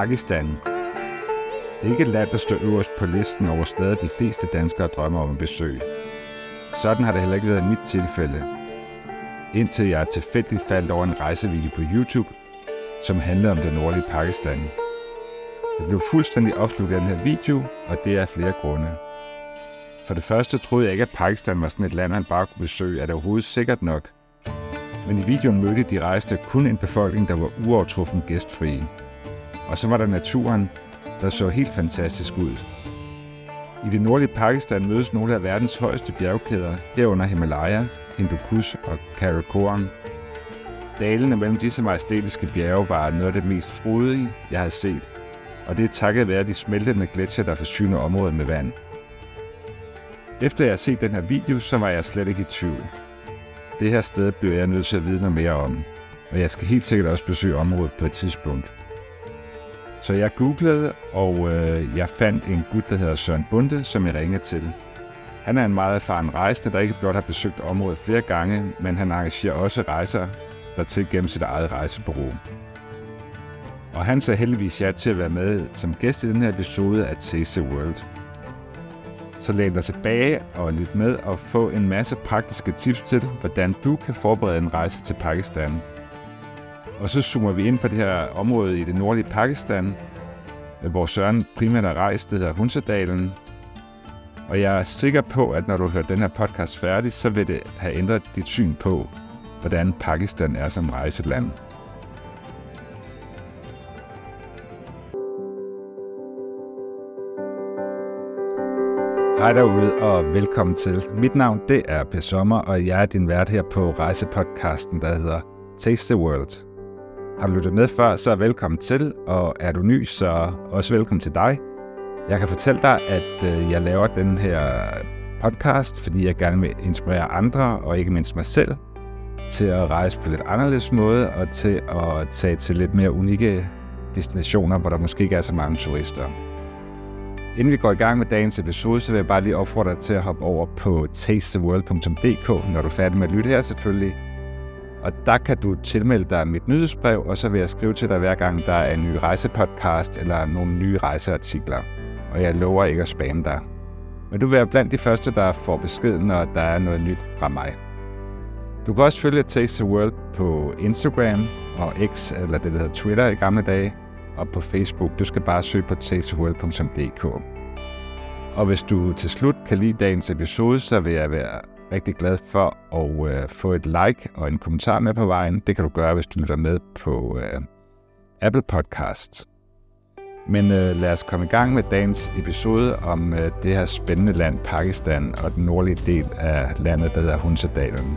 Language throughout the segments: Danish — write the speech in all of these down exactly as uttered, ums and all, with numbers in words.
Pakistan. Det er ikke et land, der står øverst på listen over steder, de fleste danskere drømmer om at besøge. Sådan har det heller ikke været i mit tilfælde. Indtil jeg tilfældigt faldt over en rejsevideo på YouTube, som handlede om det nordlige Pakistan. Jeg blev fuldstændig opslugt af den her video, og det er af flere grunde. For det første troede jeg ikke, at Pakistan var sådan et land, han bare kunne besøge. Er det overhovedet sikkert nok? Men i videoen mødte de rejste kun en befolkning, der var uovertruffen gæstfri. Og så var der naturen, der så helt fantastisk ud. I det nordlige Pakistan mødes nogle af verdens højeste bjergkæder, herunder Himalaya, Hindu Kush og Karakoram. Dalene mellem disse majestætiske bjerge var noget af det mest frodige, jeg har set, og det er takket være de smeltende gletsjer, der forsyner området med vand. Efter jeg har set den her video, så var jeg slet ikke i tvivl. Det her sted bliver jeg nødt til at vide noget mere om, og jeg skal helt sikkert også besøge området på et tidspunkt. Så jeg googlede, og øh, jeg fandt en gut, der hedder Søren Bonde, som jeg ringede til. Han er en meget erfaren rejsende, der ikke blot har besøgt området flere gange, men han arrangerer også rejser dertil gennem sit eget rejsebureau. Og han sagde heldigvis ja til at være med som gæst i den her episode af Taste the World. Så læn dig tilbage og lyt med og få en masse praktiske tips til, hvordan du kan forberede en rejse til Pakistan. Og så zoomer vi ind på det her område i det nordlige Pakistan, hvor Søren primært har rejst, det hedder Hunsadalen. Og jeg er sikker på, at når du hører den her podcast færdig, så vil det have ændret dit syn på, hvordan Pakistan er som rejseland. Hej derude og velkommen til. Mit navn det er Per Sommer, og jeg er din vært her på rejsepodcasten, der hedder Taste the World. Har du lyttet med før, så velkommen til, og er du ny, så også velkommen til dig. Jeg kan fortælle dig, at jeg laver den her podcast, fordi jeg gerne vil inspirere andre, og ikke mindst mig selv, til at rejse på lidt anderledes måde, og til at tage til lidt mere unikke destinationer, hvor der måske ikke er så mange turister. Inden vi går i gang med dagens episode, så vil jeg bare lige opfordre dig til at hoppe over på taste the world punktum d k, når du er færdig med at lytte her selvfølgelig. Og der kan du tilmelde dig mit nyhedsbrev, og så vil jeg skrive til dig hver gang, der er en ny rejsepodcast eller nogle nye rejseartikler. Og jeg lover ikke at spamme dig. Men du vil være blandt de første, der får besked, når der er noget nyt fra mig. Du kan også følge Taste the World på Instagram og X, eller det der hedder Twitter i gamle dage, og på Facebook. Du skal bare søge på taste the world punktum d k. Og hvis du til slut kan lide dagens episode, så vil jeg være rigtig glad for at øh, få et like og en kommentar med på vejen. Det kan du gøre, hvis du lytter med på øh, Apple Podcasts. Men øh, lad os komme i gang med dagens episode om øh, det her spændende land, Pakistan, og den nordlige del af landet, der hedder Hunsadalen.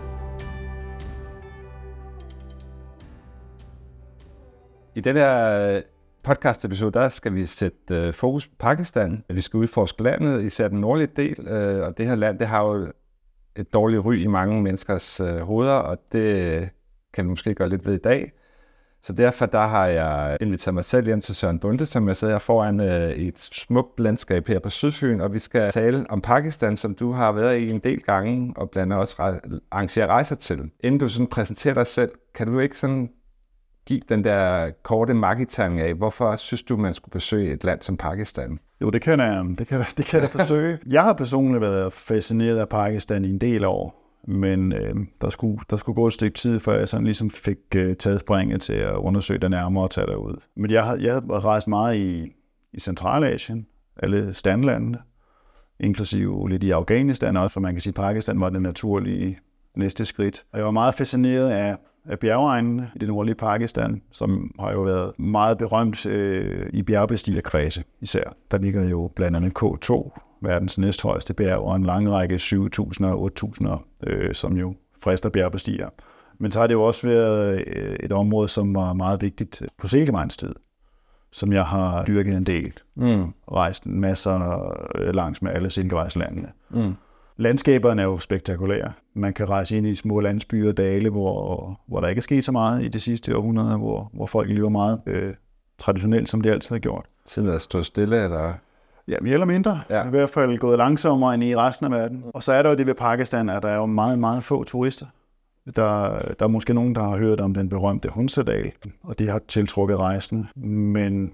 I den her podcast-episode, der skal vi sætte øh, fokus på Pakistan. Vi skal udforske landet, især den nordlige del, øh, og det her land, det har jo et dårligt ry i mange menneskers øh, hoveder, og det kan vi måske gøre lidt ved i dag. Så derfor der har jeg inviteret mig selv hjem til Søren Bonde, som jeg sidder foran øh, i et smukt landskab her på Sydfyn, og vi skal tale om Pakistan, som du har været i en del gange, og blandt andet også re- arrangere rejser til. Inden du sådan præsenterer dig selv, kan du ikke sådan give den der korte magitang af, hvorfor synes du, man skulle besøge et land som Pakistan? Jo, det kan jeg, det kan, det kan jeg forsøge. Jeg har personligt været fascineret af Pakistan i en del år, men øh, der, skulle, der skulle gå et stykke tid, før jeg sådan ligesom fik øh, taget springet til at undersøge det nærmere og tage derud. Men jeg har, jeg har rejst meget i, i Centralasien, alle standlandene, inklusive lidt i Afghanistan også, for man kan sige, at Pakistan var det naturlige næste skridt. Og jeg var meget fascineret af af bjergeegnene i det nordlige Pakistan, som har jo været meget berømt øh, i bjergbestigerkredse især. Der ligger jo blandt andet K to, verdens næsthøjeste bjerg, og en lang række syv tusind og otte tusind, øh, som jo frister bjergbestiger. Men så har det jo også været øh, et område, som var meget vigtigt på Silkevejens tid, som jeg har dyrket en del. Mm. Rejst masser langs med alle Silkevejslandene. Mm. Landskaberne er jo spektakulære. Man kan rejse ind i små landsbyer og dale, hvor, hvor der ikke er sket så meget i de sidste århundreder, hvor, hvor folk lever meget øh, traditionelt, som de altid har gjort. Tiden er stået stille, eller? Ja, mere eller mindre. Ja. I hvert fald gået langsommere end i resten af verden. Og så er der jo det ved Pakistan, at der er jo meget, meget få turister. Der, der er måske nogen, der har hørt om den berømte Hunsadal, og det har tiltrukket rejsende. Men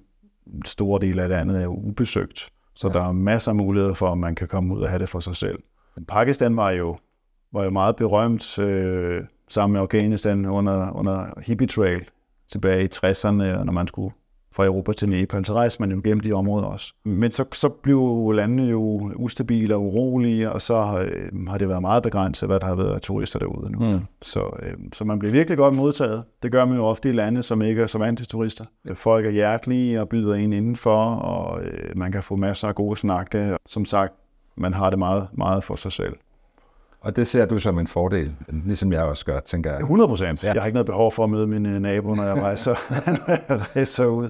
store del af landet er jo ubesøgt. Så ja. Der er masser af muligheder for, at man kan komme ud og have det for sig selv. Men Pakistan var jo, var jo meget berømt øh, sammen med Afghanistan under, under Hippie Trail tilbage i tresserne, når man skulle fra Europa til Nepal, så rejste man jo gennem de områder også. Men så, så blev landene jo ustabile og urolige, og så øh, har det været meget begrænset, hvad der har været af turister derude nu. Mm. Så, øh, så man bliver virkelig godt modtaget. Det gør man jo ofte i lande, som ikke er så vant til turister. Folk er hjertelige og byder ind indenfor, og øh, man kan få masser af gode snakke. Som sagt, man har det meget, meget for sig selv. Og det ser du som en fordel, ligesom jeg også gør, tænker jeg. hundrede procent. Ja. Jeg har ikke noget behov for at møde mine naboer, når jeg rejser, når jeg rejser ud.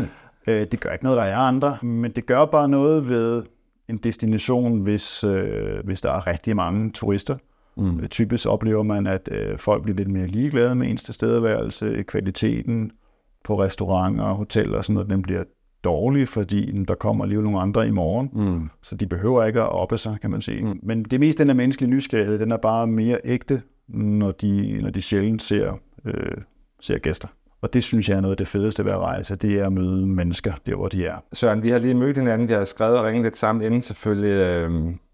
Det gør ikke noget, der er andre, men det gør bare noget ved en destination, hvis, øh, hvis der er rigtig mange turister. Mm. Typisk oplever man, at øh, folk bliver lidt mere ligeglade med ens tilstedeværelse. Kvaliteten på restauranter og hoteller og sådan noget, den bliver dårlig, fordi der kommer alligevel nogle andre i morgen, mm. så de behøver ikke at oppe sig, kan man sige. Mm. Men det meste den der menneskelige nysgerrighed, den er bare mere ægte, når de, når de sjældent ser, øh, ser gæster. Og det synes jeg er noget af det fedeste ved at rejse, det er at møde mennesker der, hvor de er. Søren, vi har lige mødt hinanden, vi har skrevet og ringet lidt sammen inden selvfølgelig, øh,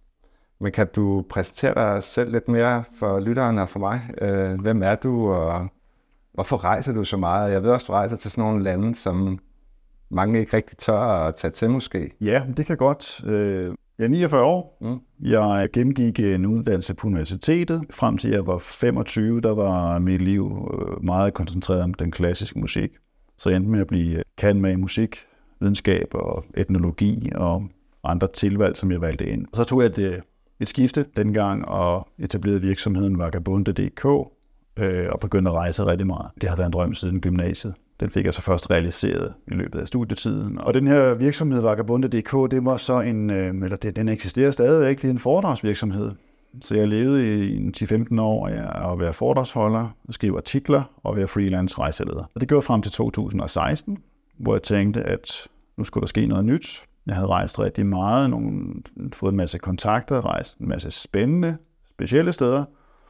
men kan du præsentere dig selv lidt mere for lytteren og for mig? Øh, hvem er du, og hvorfor rejser du så meget? Jeg ved også, du rejser til sådan nogle lande, som mange ikke rigtig tør at tage til måske. Ja, det kan godt. Jeg er niogfyrre år. Mm. Jeg gennemgik en uddannelse på universitetet. Frem til jeg var femogtyve, der var mit liv meget koncentreret om den klassiske musik. Så jeg endte med at blive kendt med i musik, videnskab og etnologi og andre tilvalg, som jeg valgte ind. Og så tog jeg et, et skifte dengang og etablerede virksomheden Vagabonde punktum d k og begyndte at rejse rigtig meget. Det har været en drøm siden gymnasiet. Den fik jeg så først realiseret i løbet af studietiden. Og den her virksomhed, Vagabonde punktum d k, det var så en, eller det, den eksisterer stadigvæk, det er en foredragsvirksomhed. Så jeg levede i ti til femten år af at være foredragsholder, skrive artikler og være freelance rejseleder. Og det gjorde frem til to tusind og seksten, hvor jeg tænkte, at nu skulle der ske noget nyt. Jeg havde rejst rigtig meget, nogle, fået en masse kontakter, rejst en masse spændende, specielle steder.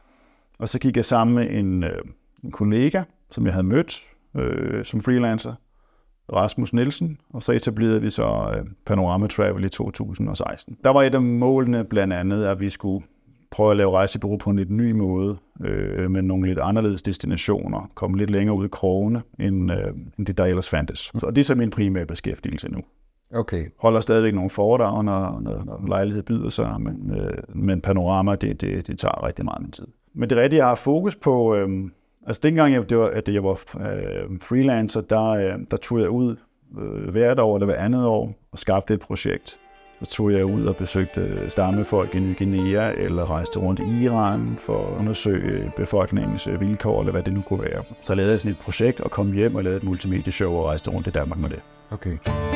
Og så gik jeg sammen med en, en kollega, som jeg havde mødt, Øh, som freelancer, Rasmus Nielsen, og så etablerede vi så øh, Panorama Travel i to tusind og seksten. Der var et af målene blandt andet, at vi skulle prøve at lave rejsebureau på en lidt ny måde, øh, med nogle lidt anderledes destinationer, komme lidt længere ud i krogene, end, øh, end det der ellers fandtes. Så det er så min primære beskæftigelse nu. Okay. Holder stadigvæk nogle foredrag, når, når, når lejlighed byder sig, men, øh, men Panorama, det, det, det tager rigtig meget min tid. Men det rigtige, jeg har fokus på... Øh, Altså dengang jeg, det var, at jeg var øh, freelancer, der, øh, der tog jeg ud øh, hvert år eller hver andet år og skabte et projekt. Så tog jeg ud og besøgte stammefolk i Ny Guinea eller rejste rundt i Iran for at undersøge befolkningens vilkår eller hvad det nu kunne være. Så lavede jeg sådan et projekt og kom hjem og lavede et multimedieshow og rejste rundt i Danmark med det. Okay.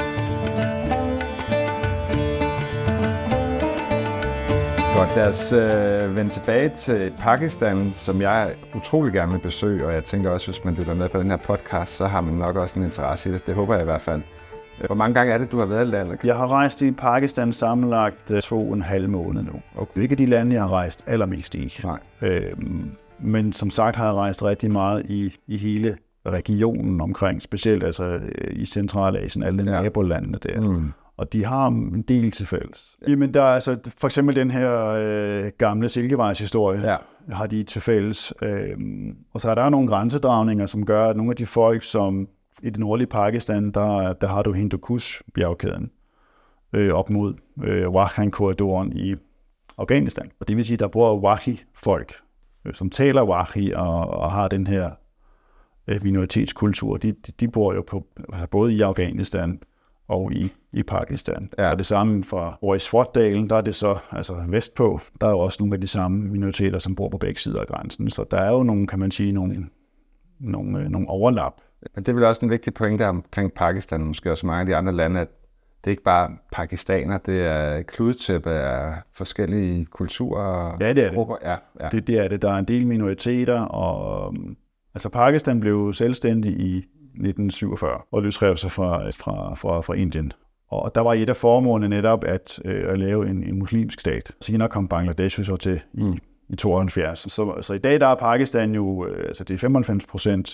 Godt, lad os øh, vende tilbage til Pakistan, som jeg utrolig gerne vil besøge, og jeg tænker også, hvis man lytter med på den her podcast, så har man nok også en interesse i det. Det håber jeg i hvert fald. Hvor mange gange er det, du har været i landet? Jeg har rejst i Pakistan sammenlagt to og en halv måned nu. Okay. Det er ikke de lande, jeg har rejst allermest i. Nej. Øhm, men som sagt har jeg rejst rigtig meget i, i hele regionen omkring, specielt altså i Centralasien, alle ja. nabolandene der. Mm. Og de har en del til fælles. Ja. Jamen, der er altså for eksempel den her øh, gamle Silkevejshistorie, ja. har de til fælles. Øhm, og så er der nogle grænsedragninger, som gør, at nogle af de folk, som i det nordlige Pakistan, der, der har du Hindu Kush-bjergkæden øh, op mod øh, Wakhan-korridoren i Afghanistan. Og det vil sige, der bor Wahi-folk, øh, som taler Wahi og, og har den her øh, minoritetskultur. De, de, de bor jo på, både i Afghanistan og i, i Pakistan. Ja. Og det samme fra over i Swat-dalen, der er det så altså vestpå, der er jo også nogle af de samme minoriteter, som bor på begge sider af grænsen. Så der er jo nogle, kan man sige, nogle, nogle, øh, nogle overlap. Men det er vel også en vigtig pointe omkring Pakistan, måske også mange af de andre lande, at det er ikke bare pakistaner, det er kludetæppe af forskellige kulturer. Ja, det er det. Ja, ja. det. Det er det. Der er en del minoriteter, og altså Pakistan blev selvstændig i nitten syvogfyrre og løsrev sig fra, fra, fra, fra Indien. Og der var et af formålene netop at, øh, at lave en, en muslimsk stat. Senere kom Bangladesh så til i, mm. i tooghalvfjerds. Så, så i dag der er Pakistan jo, øh, altså det er femoghalvfems procent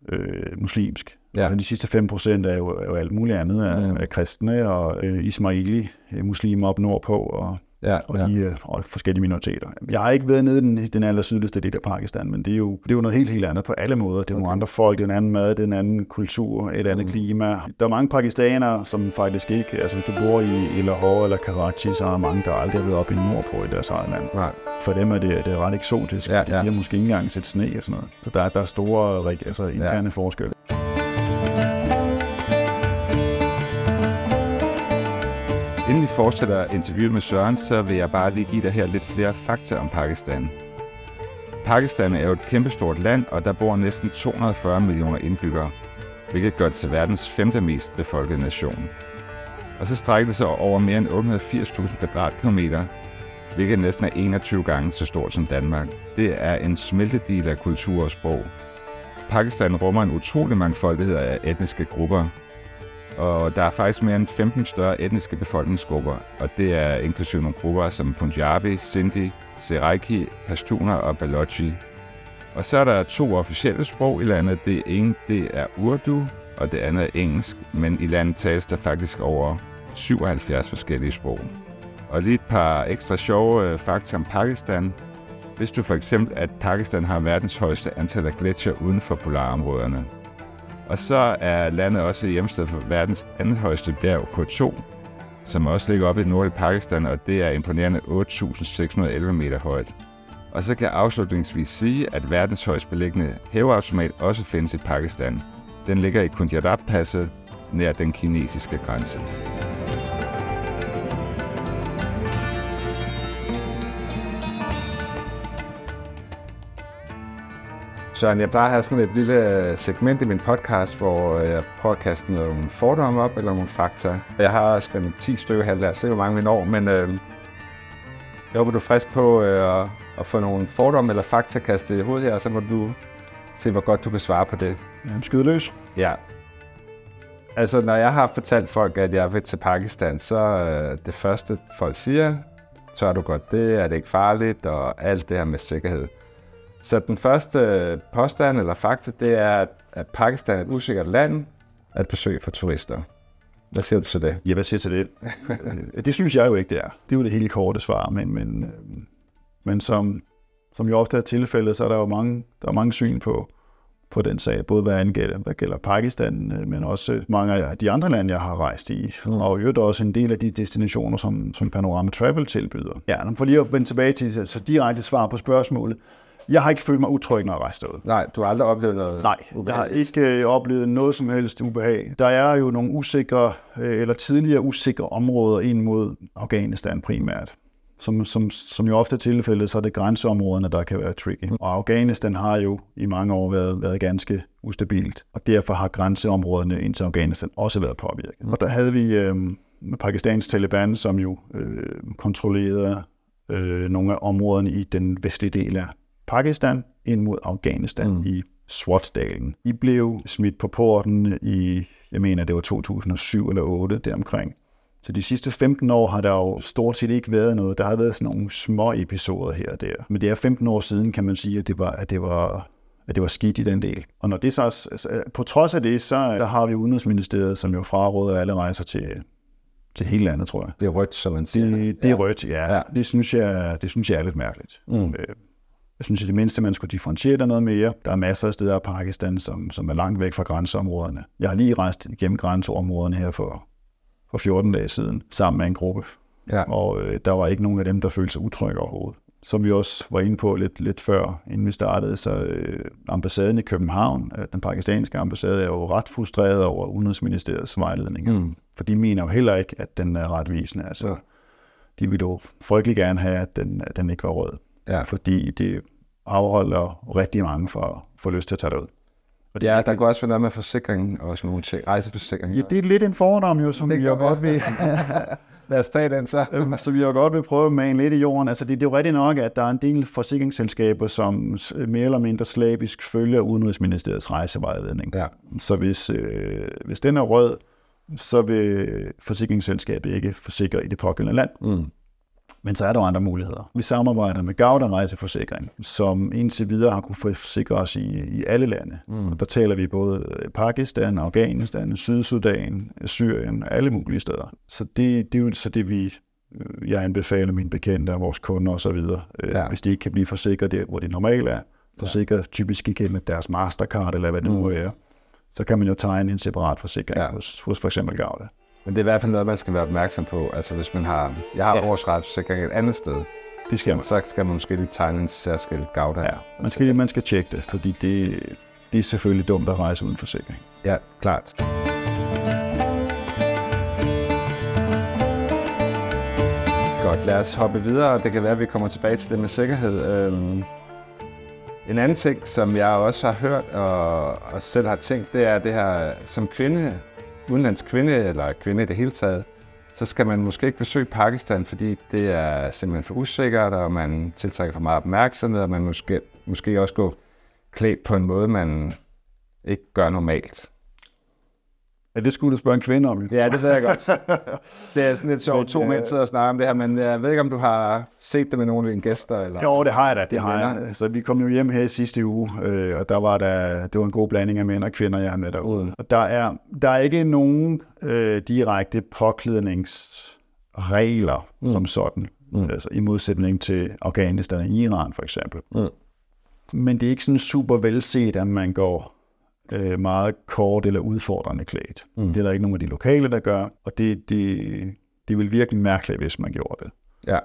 øh, muslimsk. Ja. Altså, de sidste fem procent er jo, er jo alt muligt andet af, mm. af kristne og øh, ismaili muslimer op nordpå og, ja, og, ja. de, øh, og forskellige minoriteter. Jeg har ikke været nede i den, den aller sydligste del af Pakistan, men det er, jo, det er jo noget helt, helt andet på alle måder. Det er okay. nogle andre folk, det er en anden mad, det er en anden kultur, et andet mm. klima. Der er mange pakistanere, som faktisk ikke, altså hvis du bor i, i Lahore eller Karachi, så er mange, der aldrig har været oppe i nordpå i deres eget land. Nej. For dem er det, det er ret eksotisk. Ja, ja. De har måske ikke engang set sne og sådan noget. Så der, der er store altså, interne ja. forskelle. Inden vi fortsætter interviewet med Søren, så vil jeg bare lige give dig her lidt flere fakta om Pakistan. Pakistan er jo et kæmpestort land, og der bor næsten to hundrede og fyrre millioner indbyggere, hvilket gør det til verdens femte mest befolkede nation. Og så strækker det sig over mere end otte hundrede og firs tusind kvadratkilometer, hvilket næsten er enogtyve gange så stort som Danmark. Det er en smeltedigel af kultur og sprog. Pakistan rummer en utrolig mangfoldighed af etniske grupper, og der er faktisk mere end femten større etniske befolkningsgrupper, og det er inklusive nogle grupper som Punjabi, Sindhi, Seraiki, Pashtuner og Balochi. Og så er der to officielle sprog i landet. Det ene det er Urdu, og det andet er engelsk, men i landet tales der faktisk over syvoghalvfjerds forskellige sprog. Og lige et par ekstra sjove fakta om Pakistan. Vidste du for eksempel, at Pakistan har verdens højeste antal af gletsjer uden for polarområderne? Og så er landet også hjemsted for verdens anden højeste bjerg, K to, som også ligger oppe i det nordlige Pakistan, og det er imponerende otte tusind seks hundrede og elleve meter højt. Og så kan jeg afslutningsvis sige, at verdens højst beliggende hæveautomat også findes i Pakistan. Den ligger i Kunjarab-passet nær den kinesiske grænse. Søren, jeg plejer at have sådan et lille segment i min podcast, hvor jeg prøver at kaste nogle fordomme op eller nogle fakta. Jeg har stemt ti stykker her, lad os se, hvor mange vi når, men øh, jeg håber, du er frisk på øh, at, at få nogle fordomme eller fakta kastet i hovedet her, og så må du se, hvor godt du kan svare på det. Ja, skyde løs. Ja. Altså, når jeg har fortalt folk, at jeg vil til Pakistan, så øh, det første, folk siger, tør du godt det, er det ikke farligt, og alt det her med sikkerhed. Så den første påstand eller fakta, det er, at Pakistan er et usikkert land at besøge for turister. Hvad siger du til det? Ja, hvad siger til det? Det synes jeg jo ikke, det er. Det er jo det helt korte svar, men, men, men som, som jo ofte er tilfældet, så er der jo mange, der er mange syn på, på den sag, både hvad angår, hvad gælder Pakistan, men også mange af de andre lande, jeg har rejst i, mm. og jo også en del af de destinationer, som, som Panorama Travel tilbyder. Ja, for lige at vende tilbage til så direkte svar på spørgsmålet. Jeg har ikke følt mig utryg, når jeg rejste ud. Nej, du har aldrig oplevet noget Nej, jeg har ikke øh, oplevet noget som helst ubehag. Der er jo nogle usikre, øh, eller tidligere usikre områder ind mod Afghanistan primært. Som, som, som jo ofte er tilfældet, så er det grænseområderne, der kan være tricky. Og Afghanistan har jo i mange år været, været ganske ustabilt. Og derfor har grænseområderne ind til Afghanistan også været påvirket. Mm. Og der havde vi øh, Pakistans Taliban, som jo øh, kontrollerede øh, nogle af områderne i den vestlige del af Pakistan ind mod Afghanistan mm. i Swat-dalen. De blev smidt på porten i, jeg mener, det var to tusind og syv eller otte deromkring. Så de sidste femten år har der jo stort set ikke været noget. Der har været sådan nogle små episoder her og der. Men det er femten år siden, kan man sige, at det var, at det var, at det var skidt i den del. Og når det så, altså, på trods af det, så der har vi Udenrigsministeriet, som jo fraråder alle rejser til, til hele landet, tror jeg. Det er rødt, som man siger. Det, det er rødt, ja. ja. Det, synes jeg, det synes jeg er lidt mærkeligt. Mm. Jeg synes, at det mindste, man skulle differentiere der noget mere. Der er masser af steder i Pakistan, som, som er langt væk fra grænseområderne. Jeg har lige rejst igennem grænseområderne her for, for fjorten dage siden, sammen med en gruppe. Ja. Og øh, der var ikke nogen af dem, der følte sig utrygge overhovedet. Som vi også var inde på lidt, lidt før, inden vi startede, så øh, ambassaden i København, øh, den pakistanske ambassade, er jo ret frustreret over Udenrigsministeriets vejledning. Mm. For de mener jo heller ikke, at den er retvisende. Altså, ja. De ville jo frygtelig gerne have, at den, at den ikke var rød. Ja. Fordi det afholder rigtig mange for at få lyst til at tage derud. Og det, ja, der går også for noget med forsikring og sådan nogle ting. Rejseforsikring. Ja, det er lidt en fordom jo, som vi jo godt vil. Lad os tage den så. Så vi jo godt vil prøve med en lidt i jorden. Altså det, det er jo rigtig nok, at der er en del forsikringsselskaber, som mere eller mindre slavisk følger Udenrigsministeriets rejsevejledning. Ja. Så hvis, øh, hvis den er rød, så vil forsikringsselskabet ikke forsikre i det pågældende land. Mm. Men så er der andre muligheder. Vi samarbejder med Gauda Rejseforsikring, som indtil videre har kunne forsikre os i, i alle lande. Mm. Og der taler vi både Pakistan, Afghanistan, Sydsudan, Syrien, alle mulige steder. Så det, det er jo så det, vi, jeg anbefaler mine bekendte og vores kunder osv. Ja. Hvis de ikke kan blive forsikret der, hvor det normalt er, forsikret ja. typisk ikke med deres Mastercard eller hvad det nu er, så kan man jo tegne en separat forsikring ja. hos, hos for eksempel Gauda. Men det er i hvert fald noget, man skal være opmærksom på. Altså hvis man har, jeg har ja. årsretsforsikring et andet sted, det skal man. Så skal man måske lige tegne en særskilt Gauda. Ja, man skal, man skal tjekke det, fordi det, det er selvfølgelig dumt at rejse uden forsikring. Ja, klart. Godt, lad os hoppe videre. Det kan være, at vi kommer tilbage til det med sikkerhed. Øhm, en anden ting, som jeg også har hørt og, og selv har tænkt, det er det her som kvinde, udenlandsk kvinde eller kvinde i det hele taget, så skal man måske ikke besøge Pakistan, fordi det er simpelthen for usikkert, og man tiltrækker for meget opmærksomhed, og man måske, måske også går klædt på en måde, man ikke gør normalt. Ja, det skulle du spørge en kvinde om. Ja, det ved jeg godt. Det er sådan lidt sjovt, to mænd sidder og snakker om det her, men jeg ved ikke, om du har set det med nogle af dine gæster? Eller? Jo, det har jeg da, det har jeg. Så vi kom jo hjem her i sidste uge, øh, og der var der, det var en god blanding af mænd og kvinder, jeg har med derude. Og der er, der er ikke nogen øh, direkte påklædningsregler mm. som sådan, mm. altså i modsætning til Afghanistan og Iran for eksempel. Mm. Men det er ikke sådan super velset, at man går øh, meget kort eller udfordrende klædt. Mm. Det er der ikke nogen af de lokale, der gør, og det, det, det vil virkelig mærkeligt, hvis man gjorde det. Ja.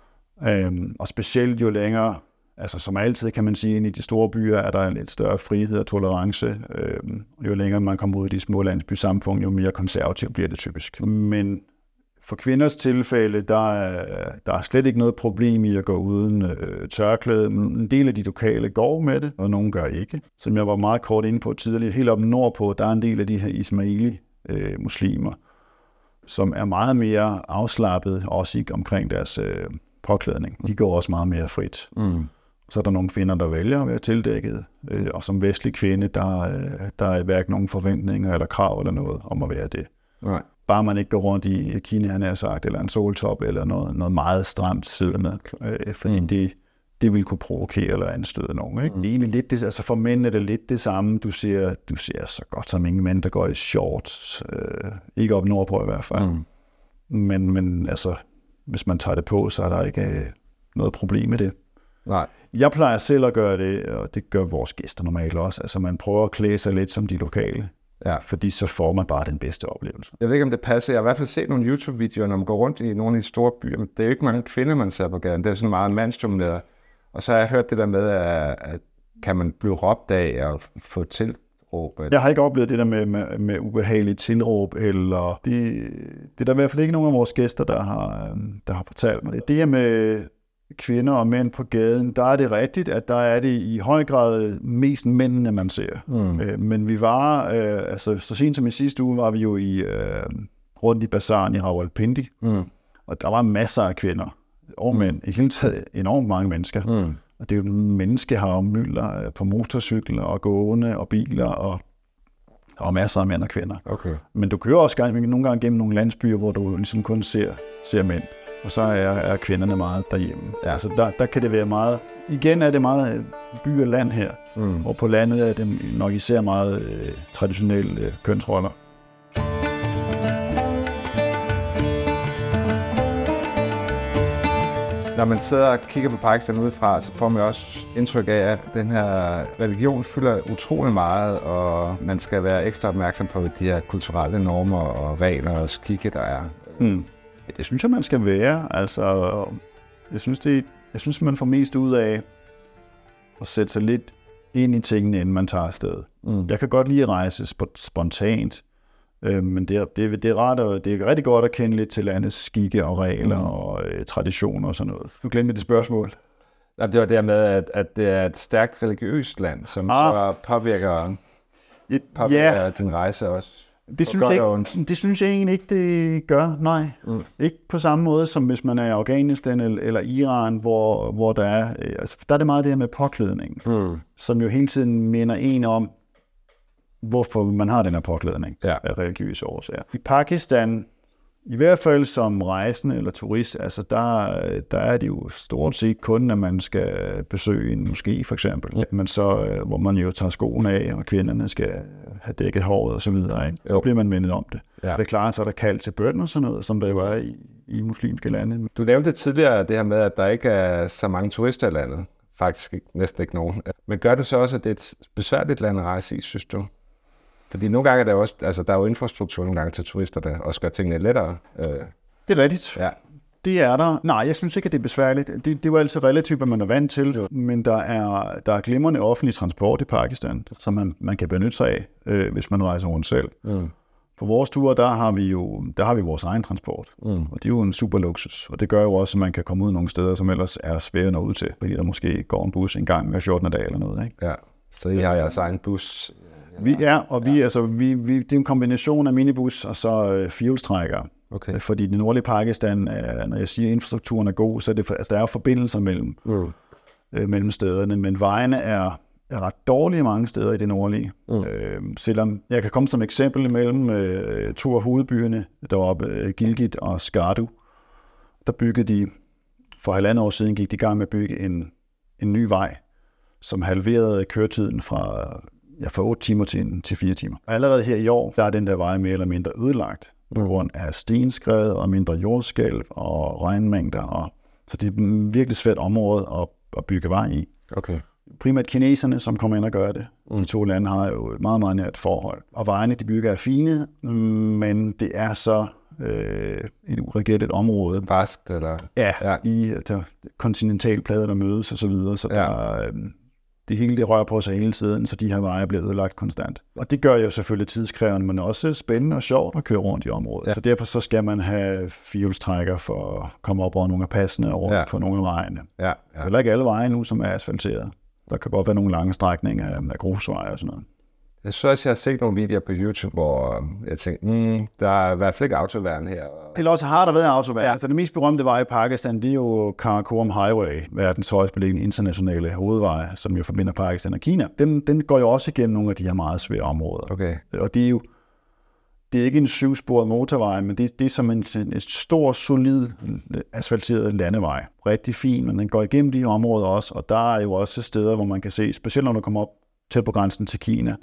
Øhm, og specielt jo længere, altså som altid kan man sige, ind i de store byer er der en lidt større frihed og tolerance. Øhm, jo længere man kommer ud i de små landsbysamfund, jo mere konservativt bliver det typisk. Men for kvinders tilfælde, der er, der er slet ikke noget problem i at gå uden øh, tørklæde. En del af de lokale går med det, og nogle gør ikke. Som jeg var meget kort inde på tidligere, helt oppe nordpå, der er en del af de her ismaili-muslimer, øh, som er meget mere afslappet, også omkring deres øh, påklædning. De går også meget mere frit. Mm. Så er der nogle kvinder, der vælger at være tildækket, øh, og som vestlig kvinde, der, øh, der er hverken nogen forventninger eller krav eller noget om at være det. Nej. Bare man ikke går rundt i kine, han har sagt, eller en soltop, eller noget, noget meget stramt siddende, øh, fordi mm. det, det vil kunne provokere eller anstøde nogen. Ikke? Mm. Det er egentlig lidt det, altså for mænd er det lidt det samme. Du ser, du ser så godt som ingen mænd, der går i shorts. Øh, ikke op nordpå i hvert fald. Mm. Men, men altså, hvis man tager det på, så er der ikke øh, noget problem med det. Nej. Jeg plejer selv at gøre det, og det gør vores gæster normalt også. Altså man prøver at klæde sig lidt som de lokale. Ja. Fordi så får man bare den bedste oplevelse. Jeg ved ikke, om det passer. Jeg har i hvert fald set nogle YouTube-videoer, når man går rundt i nogle af de store byer. Men det er jo ikke mange kvinder, man ser på gaden. Det er sådan meget mandsdomineret. Og så har jeg hørt det der med, at kan man blive råbt af og få tilråb? Jeg har ikke oplevet det der med, med, med ubehagelige tilråb. Eller det, det er der i hvert fald ikke nogen af vores gæster, der har, der har fortalt mig det. Det her med kvinder og mænd på gaden, der er det rigtigt, at der er det i høj grad mest mændene, man ser. Mm. Øh, men vi var, øh, altså så sent som i sidste uge, var vi jo i øh, rundt i bazaren i Rawalpindi, mm. og der var masser af kvinder og mm. mænd, i hele taget enormt mange mennesker. Mm. Og det er jo menneskehav, mylder på motorcykler og gående og biler, og der var masser af mænd og kvinder. Okay. Men du kører også gang, nogle gange gennem nogle landsbyer, hvor du ligesom kun ser, ser mænd. Og så er, er kvinderne meget derhjemme. Ja. Altså der, der kan det være meget... Igen er det meget by og land her. Mm. Og på landet er det nok især meget øh, traditionelle øh, kønsroller. Når man sidder og kigger på Pakistan udefra, så får man også indtryk af, at den her religion fylder utrolig meget, og man skal være ekstra opmærksom på de her kulturelle normer og regler og skikke, der er. Mm. Det synes jeg, man skal være. Altså, jeg synes, det, jeg synes, man får mest ud af at sætte sig lidt ind i tingene, inden man tager afsted. Mm. Jeg kan godt lide at rejse spontant, øh, men det er, det, det er rart, og det er rigtig godt at kende lidt til landets skikke og regler mm. og øh, traditioner og sådan noget. Du glemte det spørgsmål. Ja, det var det med, at, at det er et stærkt religiøst land, som ah. så påvirker, påvirker yeah. din rejse også. Det synes, jeg ikke, det synes jeg egentlig ikke, det gør, nej. Mm. Ikke på samme måde, som hvis man er i Afghanistan eller, eller Iran, hvor, hvor der er, altså, der er det meget det her med påklædning, mm. som jo hele tiden minder en om, hvorfor man har den her påklædning ja. af religiøse årsager. I Pakistan, I hvert fald som rejsende eller turist, altså der, der er det jo stort set kun, at man skal besøge en moské for eksempel. Ja. Men så, hvor man jo tager skoene af, og kvinderne skal have dækket håret og så videre. Ikke? Så bliver man mindet om det. Ja. Det er klart, så er der kaldt til bøn og sådan noget, som der jo er i, i muslimske lande. Du nævnte tidligere det her med, at der ikke er så mange turister i landet. Faktisk ikke, næsten ikke nogen. Men gør det så også, at det er et besværligt land at rejse i, synes du? Fordi nogle gange er der også, altså der er jo infrastruktur nogle gange til turister, der også gør tingene lettere. Det er rigtigt. Ja. Det er der. Nej, jeg synes ikke, at det er besværligt. Det, det er jo altid relativt, hvad man er vant til. Jo. Men der er, der er glimrende offentlig transport i Pakistan, som man, man kan benytte sig af, øh, hvis man rejser rundt selv. Mm. På vores ture, der har vi jo der har vi vores egen transport. Mm. Og det er jo en super luksus. Og det gør jo også, at man kan komme ud nogle steder, som ellers er svære at nå ud til. Fordi der måske går en bus en gang hver fjortende dag eller noget. Ikke? Ja, så I har jeres egen bus. Vi er, og vi, ja. altså, vi, vi, det er en kombination af minibus og så øh, fjolstrækker. Okay. Fordi det nordlige Pakistan, er, når jeg siger, at infrastrukturen er god, så er det, altså, der er jo forbindelser mellem, mm. øh, mellem stederne, men vejene er, er ret dårlige mange steder i det nordlige. Mm. Øh, selvom jeg kan komme som eksempel mellem øh, to af hovedbyerne deroppe, øh, Gilgit og Skardu. Der byggede de, for halvandet år siden gik de i gang med at bygge en, en ny vej, som halverede køretiden fra, ja, fra otte timer til, til fire timer. Og allerede her i år, der er den der vej mere eller mindre ødelagt på grund af stenskred og mindre jordskælv og regnmængder. Og, så det er et virkelig svært område at, at bygge vej i. Okay. Primært kineserne, som kommer ind og gør det. Mm. De to lande har jo et meget, meget nært forhold. Og vejene, de bygger, er fine, men det er så øh, et uregerligt område. Barskt, eller? Ja, ja. I der kontinentalplader, der mødes og så videre. Så ja. der, øh, det hele det rører på sig hele tiden, så de her veje bliver ødelagt konstant. Og det gør jo selvfølgelig tidskrævende, men også spændende og sjovt at køre rundt i området. Ja. Så derfor så skal man have firehjulstrækker for at komme op over nogle af passene og rundt ja. på nogle af vejene. Ja. Ja. Det er heller ikke alle veje nu, som er asfalteret. Der kan godt være nogle lange strækninger af grusveje og sådan noget. Jeg synes også, jeg har set nogle videoer på YouTube, hvor jeg tænkte, mm, der er i hvert fald ikke autoværn her. Eller også har der været autoværn. Ja. Altså det mest berømte vej i Pakistan, det er jo Karakoram Highway, verdens højst beliggende internationale hovedvej, som jo forbinder Pakistan og Kina. Den, den går jo også igennem nogle af de her meget svære områder. Okay. Og det er jo det er ikke en syvsporet motorvej, men det, det er som en, en stor, solid, asfalteret landevej. Rigtig fin, men den går igennem de områder også, og der er jo også steder, hvor man kan se, specielt når du kommer op tæt på grænsen til Kina,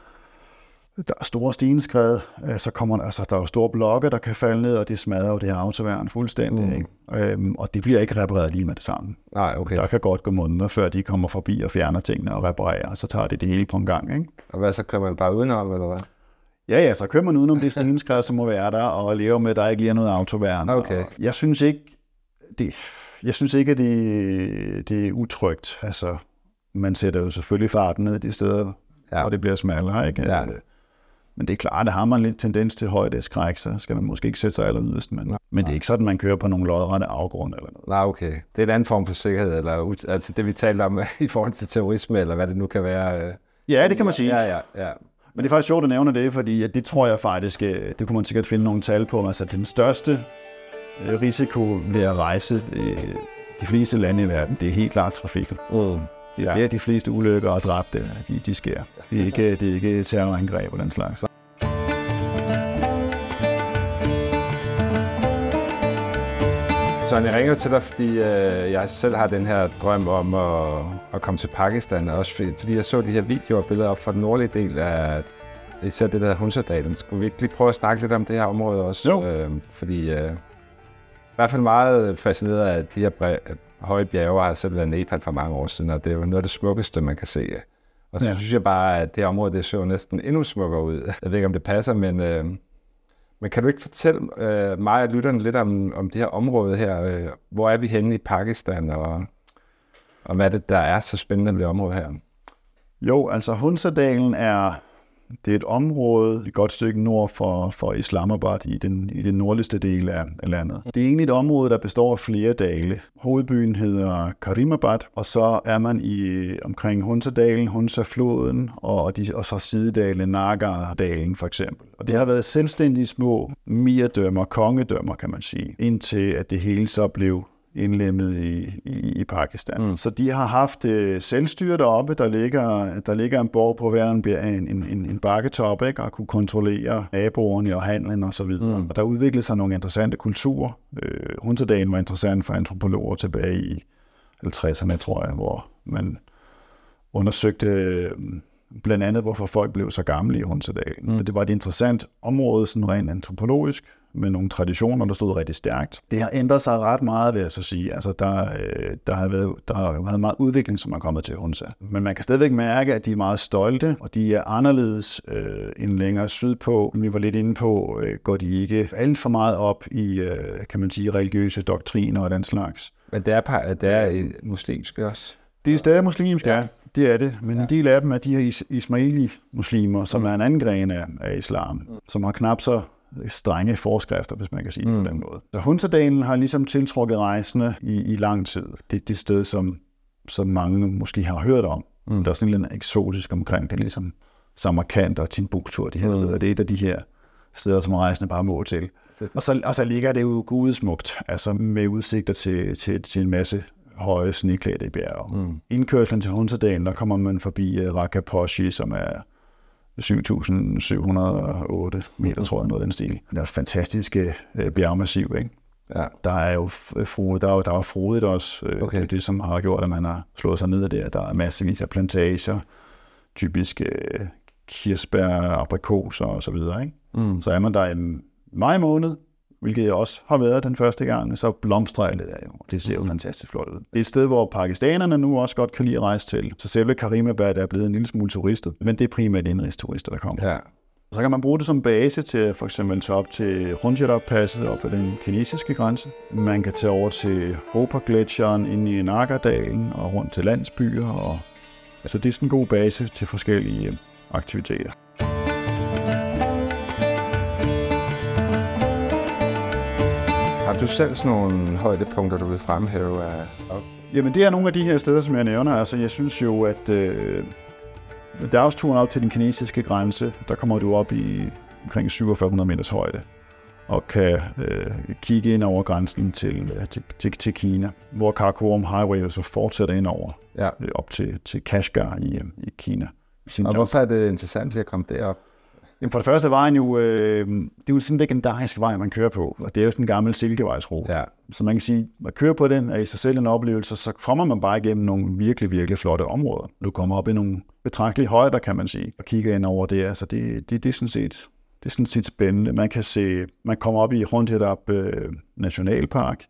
der er store stenskred, så kommer der, altså, der er jo store blokke, der kan falde ned, og det smadrer jo det her autoværn fuldstændig. Mm. Ikke? Øhm, og det bliver ikke repareret lige med det samme. Nej, okay. Der kan godt gå måneder, før de kommer forbi og fjerner tingene og reparerer, og så tager det det hele på en gang. Ikke? Og hvad, så kører man bare udenom, eller hvad? Ja, ja, så kører man udenom det stenskred, som må være der, og lever med, at der ikke lige er noget autoværn. Okay. Jeg synes ikke, det, jeg synes ikke, at det, det er utrygt. Altså, man sætter jo selvfølgelig farten ned de steder, ja. Og det bliver smallere, ikke? Ja. Men det er klart, at har man lidt tendens til højdeskræk, så skal man måske ikke sætte sig aller yderst. Men, men det er ikke sådan, man kører på nogle lodrette afgrunde eller noget. Nej, okay. Det er en anden form for sikkerhed, eller altså det, vi talte om i forhold til terrorisme, eller hvad det nu kan være. Ja, det kan man sige. Ja, ja, ja. Men det er faktisk sjovt at nævne det, fordi det tror jeg faktisk, det kunne man sikkert finde nogle tal på, altså den største risiko ved at rejse de fleste lande i verden, det er helt klart trafikken. Mm. Det er ja. de fleste ulykker og dræbte, de, de sker. Det er ikke, det er ikke terrorangreb og den slags. Så jeg ringer til dig, fordi øh, jeg selv har den her drøm om at, at komme til Pakistan, også fordi, fordi jeg så de her videoer og billeder op fra den nordlige del af især det der Hunza-dalen. Skulle vi ikke lige prøve at snakke lidt om det her område også? Jo. Øh, fordi øh, i hvert fald meget fascineret af de her bre- høje bjerge, har selv været i Nepal for mange år siden, og det er jo noget af det smukkeste, man kan se. Og så ja. synes jeg bare, at det område, det så næsten endnu smukkere ud. Jeg ved ikke, om det passer, men... Øh, Men kan du ikke fortælle øh, mig og lytterne lidt om, om det her område her? Øh, hvor er vi henne i Pakistan, og, og hvad er det, der er så spændende ved det område her? Jo, altså Hunza-dalen er, det er et område et godt stykke nord for, for Islamabad i den, i den nordligste del af, af landet. Det er egentlig et område, der består af flere dale. Hovedbyen hedder Karimabad, og så er man i omkring Hunza-dalen, Hunza-floden, og, de, og så sidedalen Nagar-dalen for eksempel. Og det har været selvstændige små mirdømmer, kongedømmer kan man sige, indtil at det hele så blev indlemmet i, i, i Pakistan. Mm. Så de har haft øh, selvstyre deroppe, der ligger, der ligger en borg på hver en, en, en, en bakketop, ikke? Og kunne kontrollere naboerne og handlen og så videre. Mm. Og der udviklede sig nogle interessante kulturer. Øh, Hunterdalen var interessant for antropologer tilbage i halvtredserne, tror jeg, hvor man undersøgte øh, blandt andet, hvorfor folk blev så gamle i Hunterdalen. Mm. Det var et interessant område, sådan rent antropologisk, med nogle traditioner, der stod rigtig stærkt. Det har ændret sig ret meget, vil jeg så sige. Altså, der, øh, der, har været, der har været meget udvikling, som er kommet til Hunza. Men man kan stadigvæk mærke, at de er meget stolte, og de er anderledes øh, end længere sydpå. Vi var lidt inde på, øh, går de ikke alt for meget op i, øh, kan man sige, religiøse doktriner og den slags. Men det er, det er muslimske også? Det er stadig muslimske, ja. Det er det, men ja. En del af dem er de her is- ismaili-muslimer, som mm. er en anden gren af, af islam, mm. som har knap så strenge forskrifter, hvis man kan sige mm. på den måde. Så Hunterdalen har ligesom tiltrukket rejsende i, i lang tid. Det er det sted, som, som mange måske har hørt om. Mm. Der er sådan lidt eksotisk omkring det, ligesom Samarkand og Timbuktu og de her mm. steder. Det er et af de her steder, som rejsende bare må til. Og så, og så ligger det jo gudesmukt, altså med udsigter til, til, til en masse høje sneklædte bjerge. Mm. Indkørslen til Hunterdalen, der kommer man forbi uh, Rakaposhi, som er syv tusind syv hundrede og otte meter, tror jeg, noget af den stil. Det er fantastiske uh, bjergmassiv, ikke? Ja. Der er jo frodigt, der er jo, der er frodigt også, uh, okay. Det som har gjort, at man har slået sig ned der. Der er massevis af plantager, typisk uh, kirsebær, aprikoser og så videre, ikke? Mm. Så er man der i maj måned, hvilket jeg også har været den første gang, så blomstrer det der jo. Det ser jo mm. fantastisk flot ud. Det er et sted, hvor pakistanerne nu også godt kan lide at rejse til. Så selve Karimabad er blevet en lille smule turistet, men det er primært indrigsturister, der kommer. Ja. Så kan man bruge det som base til for eksempel tage op til Runjirab-passet op ad den kinesiske grænse. Man kan tage over til Hopa-gletsjeren inde i Nagadalen og rundt til landsbyer. Og altså, det er sådan en god base til forskellige aktiviteter. Har du selv sådan nogle højdepunkter, du vil fremhæve af? Jamen, det er nogle af de her steder, som jeg nævner. Altså, jeg synes jo, at øh, der er også turen op til den kinesiske grænse. Der kommer du op i omkring syv tusind fem hundrede meters højde og kan øh, kigge ind over grænsen til, til, til, til Kina, hvor Karakorum Highway så fortsætter ind over ja. øh, op til, til Kashgar i, i Kina. I og hvorfor er det interessant at komme derop? Jamen for det første vejen jo, øh, det er jo sådan en legendarisk vej, man kører på, og det er jo sådan en gammel silkevejsrute. Ja. Så man kan sige, at køre på den er i sig selv en oplevelse, så kommer man bare igennem nogle virkelig, virkelig flotte områder. Du kommer op i nogle betragtelige højder, kan man sige, og kigger ind over det. Altså det, det, det, er sådan set, det er sådan set spændende. Man kan se, man kommer op i Runjirab øh, Nationalpark,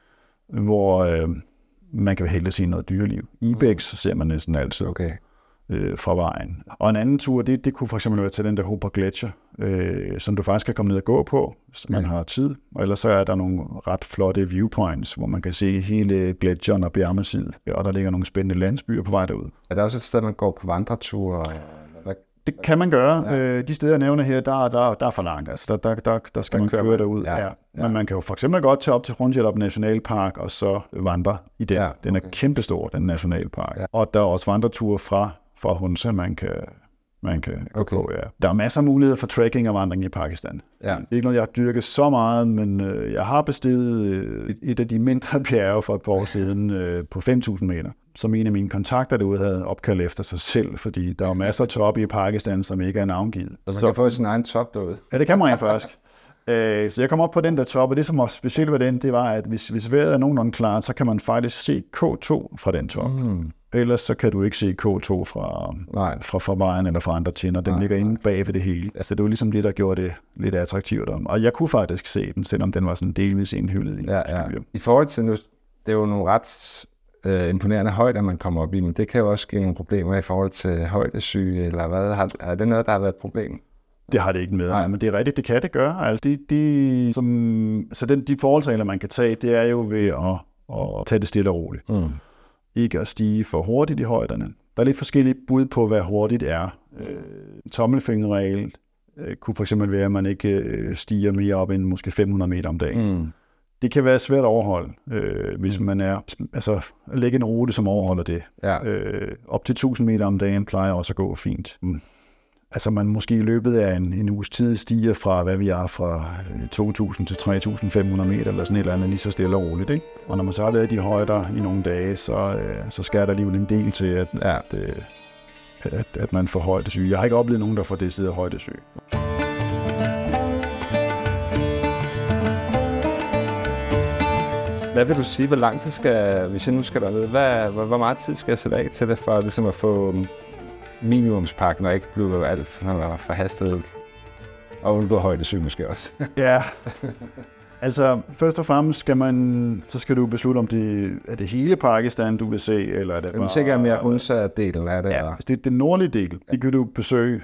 hvor øh, man kan heldigvis se noget dyreliv. Ibex så ser man næsten altid. Okay. Øh, fra vejen. Og en anden tur, det, det kunne for eksempel være til den der Hopa Gletsjer, øh, som du faktisk kan komme ned og gå på, hvis man har tid. Og ellers så er der nogle ret flotte viewpoints, hvor man kan se hele gletsjeren og bjergmassivet, og der ligger nogle spændende landsbyer på vej derud. Er der også et sted, man går på vandreture? Det kan man gøre. Ja. De steder, jeg nævner her, der, der, der er for langt. Altså, der, der, der skal der man køre derud. Ja. Ja. Men man kan jo for eksempel godt tage op til Runjirab Nationalpark og så vandre i den. Ja, okay. Den er kæmpestor, den nationalpark. Ja. Og der er også vandreture fra fra Hunza, man kan, man kan okay. gå. Ja. Der er masser af muligheder for trekking og vandring i Pakistan. Ja. Det er ikke noget, jeg har dyrket så meget, men øh, jeg har besteget øh, et, et af de mindre bjerge for et par år siden øh, på fem tusind meter, som en af mine kontakter derude havde opkaldt efter sig selv, fordi der er masser af toppe i Pakistan, som ikke er navngivet. Så man så, kan få sin egen top derude? Ja, det kan man rent faktisk. Øh, så jeg kom op på den der top, og det som var specielt ved den, det var, at hvis, hvis vejret er nogenlunde klart, så kan man faktisk se K to fra den top. Mm. Ellers så kan du ikke se K to fra, fra, fra vejen eller fra andre tinder. Den nej, ligger inde bag ved det hele. Altså det var ligesom det, der gjorde det lidt attraktivt om. Og jeg kunne faktisk se den, selvom den var sådan delvis indhyllet i ja, ja. I forhold til nu, det er jo nogle ret øh, imponerende højder, man kommer op i, men det kan jo også give nogle problemer i forhold til højdesyge, eller hvad? Har, er det noget, der har været et problem? Det har det ikke med, nej, men det er rigtigt, det kan det gøre. Altså de, de, som, så den, de forholdsregler, man kan tage, det er jo ved at, at tage det stille og roligt. Mm. Ikke at stige for hurtigt i højderne. Der er lidt forskellige bud på, hvad hurtigt er. Øh, tommelfingerregel øh, kunne for eksempel være, at man ikke øh, stiger mere op end måske fem hundrede meter om dagen. Mm. Det kan være svært at overholde, øh, hvis mm. man er, altså at lægge en rute, som overholder det. Ja. Øh, op til tusind meter om dagen plejer også at gå fint. Mm. altså man måske i løbet af en, en uges tid stiger fra, hvad vi er, fra to tusind til tre tusind fem hundrede meter, eller sådan et eller andet, lige så stille og roligt, ikke? Og når man så har været i de højder i nogle dage, så, øh, så skal der alligevel en del til, at, ja. at, øh, at, at man får højdesyge. Jeg har ikke oplevet nogen, der får decideret højdesyge. Hvad vil du sige, hvor lang tid skal, hvis jeg nu skal derned, hvad, hvor, hvor meget tid skal jeg sætte af til det, for ligesom at få minimumspakken, og ikke blive alt for, for hastet, og undgå højdesyge måske også? Ja, altså først og fremmest skal man, så skal du beslutte, om det er det hele Pakistan, du vil se, eller er det bare... Du sikkert mere Hunza-delen af det? Ja, hvis det er den nordlige del, det kan du besøge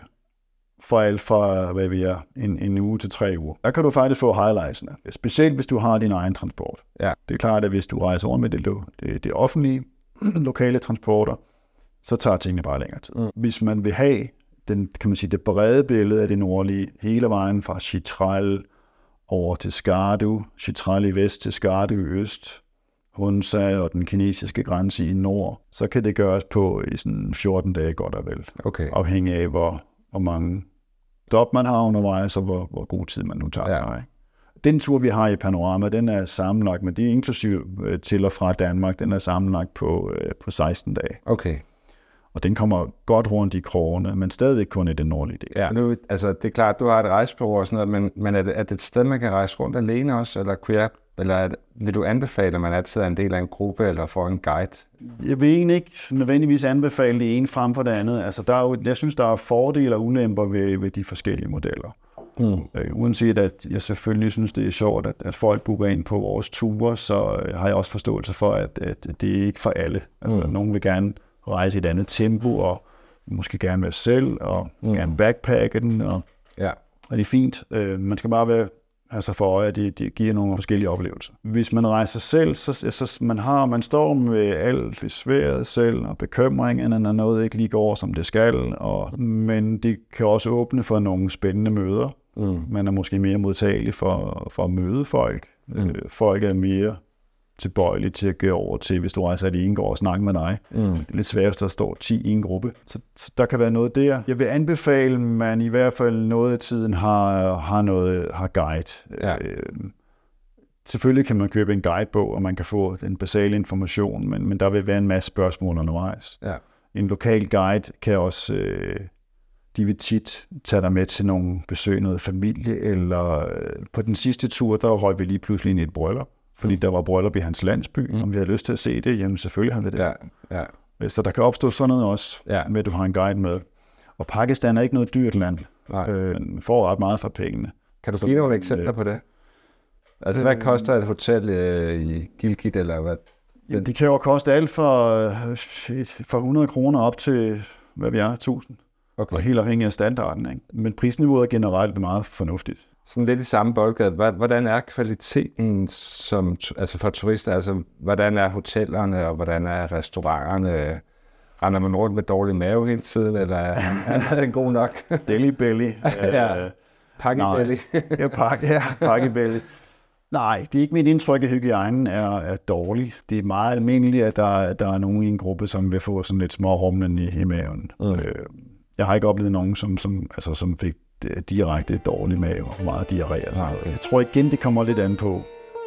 for alt fra, hvad vi er, en, en uge til tre uger. Der kan du faktisk få highlightsene, specielt hvis du har din egen transport. Ja. Det er klart, at hvis du rejser rundt med det, det, det offentlige, lokale transporter, så tager tingene bare længere tid. Mm. Hvis man vil have den, kan man sige, det brede billede af det nordlige, hele vejen fra Chitral over til Skardu, Chitral i vest til Skardu i øst, Hunza og den kinesiske grænse i nord, så kan det gøres på i sådan fjorten dage godt og vel. Okay. Afhængig af, hvor, hvor mange stop man har undervejs, og hvor, hvor god tid man nu tager sig. Ja. Den tur, vi har i Panorama, den er sammenlagt, men det er inklusiv øh, til og fra Danmark, den er sammenlagt på, øh, på seksten dage. Okay. Og den kommer godt rundt i krogene, men stadigvæk kun i den nordlige del. Ja, nu, altså det er klart, du har et rejsebureau og sådan noget, men, men er, det, er det et sted, man kan rejse rundt alene også, eller, kunne jeg, eller er det, vil du anbefale, at man altid er en del af en gruppe, eller får en guide? Jeg vil egentlig ikke nødvendigvis anbefale det ene frem for det andet. Altså, der er jo, jeg synes, der er fordele og ulemper ved, ved de forskellige modeller. Mm. Øh, uanset at jeg selvfølgelig synes, det er sjovt, at, at folk booker ind på vores ture, så øh, har jeg også forståelse for, at, at det er ikke for alle. Altså, mm. nogen vil gerne rejse i et andet tempo, og måske gerne være selv, og mm. gerne backpacke den, og, ja. og det er fint. Øh, man skal bare være, have sig for øje, at det, det giver nogle forskellige oplevelser. Hvis man rejser selv, så, så man, har, man står med alt det sværet selv, og bekymringerne, når noget ikke lige går, som det skal, og, men det kan også åbne for nogle spændende møder. Mm. Man er måske mere modtagelig for, for at møde folk. Mm. Øh, folk er mere tilbøjelige til at gå over til, hvis du rejser alene, går og snakker med dig. Mm. Det er lidt sværest, at der står ti i en gruppe. Så, så der kan være noget der. Jeg vil anbefale, at man i hvert fald noget af tiden har, har, noget, har guide. Ja. Øh, selvfølgelig kan man købe en guidebog, og man kan få den basale information, men, men der vil være en masse spørgsmål undervejs. Ja. En lokal guide kan også... Øh, de vil tit tage dig med til nogle besøg, noget familie, eller øh, på den sidste tur, der røg vi lige pludselig ind i et bryllup, fordi mm. der var bryllup i hans landsby, mm. om vi havde lyst til at se det, jamen selvfølgelig har vi det. Ja, ja. Så der kan opstå sådan noget også, ja. med at du har en guide med. Og Pakistan er ikke noget dyrt land. Øh, man får ret meget for pengene. Kan du give nogle eksempler øh, på det? Altså, hvad koster et hotel øh, i Gilgit, eller hvad? Jamen, det kan jo koste alt for, øh, for hundrede kroner op til, hvad vi er, tusind. Okay. Og helt afhængig af standarden, ikke? Men prisniveauet er generelt meget fornuftigt. Sådan lidt i samme boldgade. Hvordan er kvaliteten som, altså for turister? Altså, hvordan er hotellerne, og hvordan er restauranterne? Render man rundt med dårlig mave hele tiden, eller er det god nok? Deli belly. ja, pakke belly. ja, pakke, ja, pakke belly. Nej, det er ikke mit indtryk, at hygiejnen er, er dårlig. Det er meget almindeligt, at der, der er nogen i en gruppe, som vil få sådan lidt små rumlen i, i maven. Mm. Øh, Jeg har ikke oplevet nogen, som, som, altså, som fik direkte dårlig mave og meget diarré. Nej, okay. Jeg tror igen, det kommer lidt an på,